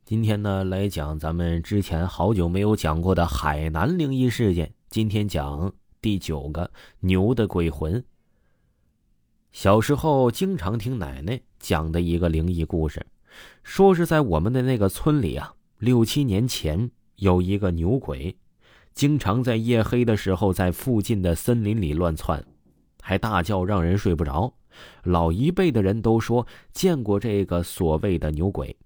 今天呢，来讲咱们之前好久没有讲过的海南灵异事件。今天讲第9个牛的鬼魂。小时候经常听奶奶讲的一个灵异故事，说是在我们的那个村里啊，6、7年前有一个牛鬼，经常在夜黑的时候在附近的森林里乱窜，还大叫让人睡不着。老一辈的人都说见过这个所谓的牛鬼，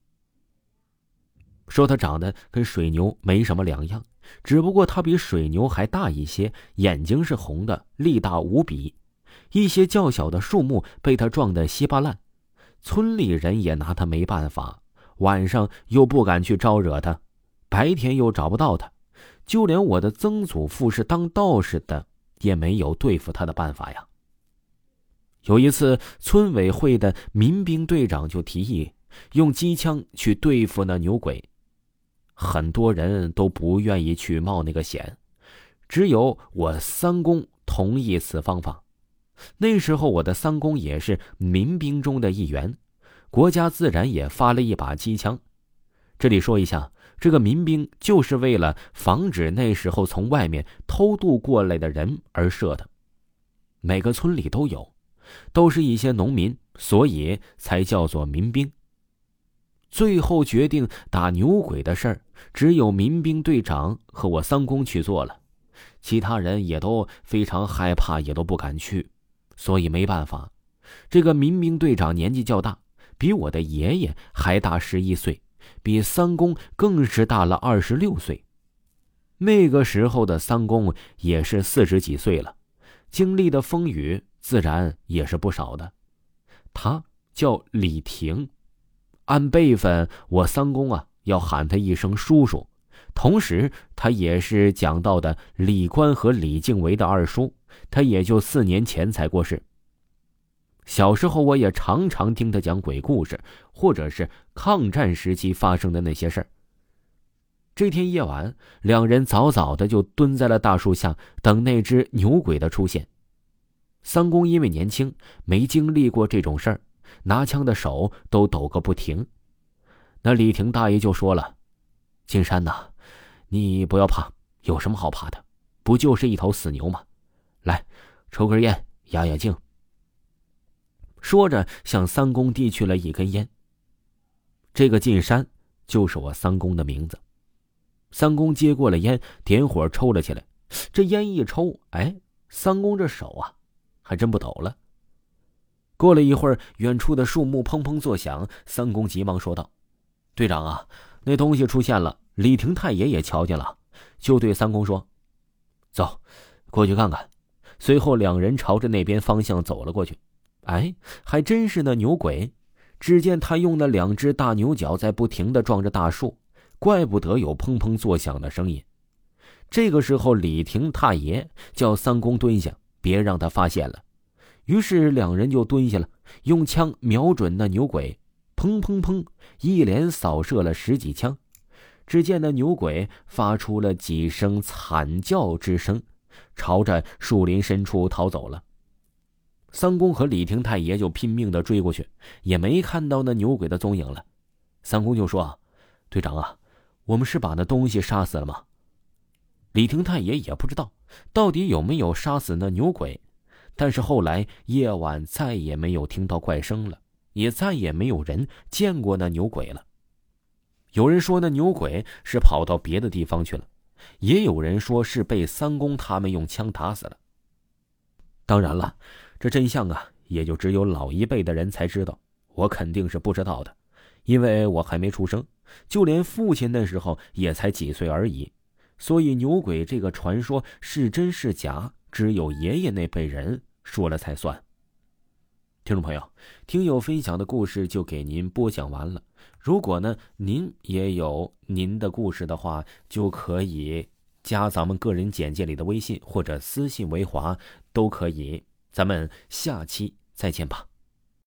说他长得跟水牛没什么两样，只不过他比水牛还大一些，眼睛是红的，力大无比。一些较小的树木被他撞得稀巴烂，村里人也拿他没办法，晚上又不敢去招惹他，白天又找不到他，就连我的曾祖父是当道士的，也没有对付他的办法呀。有一次，村委会的民兵队长就提议用机枪去对付那牛鬼，很多人都不愿意去冒那个险，只有我三公同意此方法。那时候我的三公也是民兵中的一员，国家自然也发了一把机枪。这里说一下，这个民兵就是为了防止那时候从外面偷渡过来的人而设的。每个村里都有，都是一些农民，所以才叫做民兵。最后决定打牛鬼的事儿，只有民兵队长和我三公去做了，其他人也都非常害怕，也都不敢去。所以没办法，这个民兵队长年纪较大，比我的爷爷还大11岁，比三公更是大了26岁。那个时候的三公也是40几岁了，经历的风雨自然也是不少的。他叫李婷，按辈分我三公啊要喊他一声叔叔，同时他也是讲到的李官和李敬维的二叔，他也就4年前才过世。小时候我也常常听他讲鬼故事，或者是抗战时期发生的那些事儿。这天夜晚，两人早早的就蹲在了大树下，等那只牛鬼的出现。三公因为年轻，没经历过这种事儿，拿枪的手都抖个不停。那李廷大爷就说了：“金山呐，你不要怕，有什么好怕的？不就是一头死牛吗？来，抽根烟压压惊。”说着向三公递去了一根烟。这个进山就是我三公的名字。三公接过了烟，点火抽了起来。这烟一抽，三公这手啊还真不抖了。过了一会儿，远处的树木砰砰作响，三公急忙说道：“队长啊，那东西出现了。”李廷太爷也瞧见了，就对三公说：“走，过去看看。”随后两人朝着那边方向走了过去。还真是那牛鬼。只见他用那2只大牛角在不停地撞着大树，怪不得有砰砰作响的声音。这个时候李廷太爷叫三公蹲下，别让他发现了。于是两人就蹲下了，用枪瞄准那牛鬼，砰砰砰，一连扫射了10几枪。只见那牛鬼发出了几声惨叫之声，朝着树林深处逃走了。三公和李廷太爷就拼命地追过去，也没看到那牛鬼的踪影了。三公就说：“队长啊，我们是把那东西杀死了吗？”李廷太爷也不知道到底有没有杀死那牛鬼，但是后来夜晚再也没有听到怪声了，也再也没有人见过那牛鬼了。有人说那牛鬼是跑到别的地方去了，也有人说是被三公他们用枪打死了。当然了，这真相啊，也就只有老一辈的人才知道，我肯定是不知道的，因为我还没出生，就连父亲那时候也才几岁而已。所以牛鬼这个传说是真是假，只有爷爷那辈人说了才算。听众朋友，听友分享的故事就给您播讲完了。如果呢您也有您的故事的话，就可以加咱们个人简介里的微信，或者私信为华都可以。咱们下期再见吧。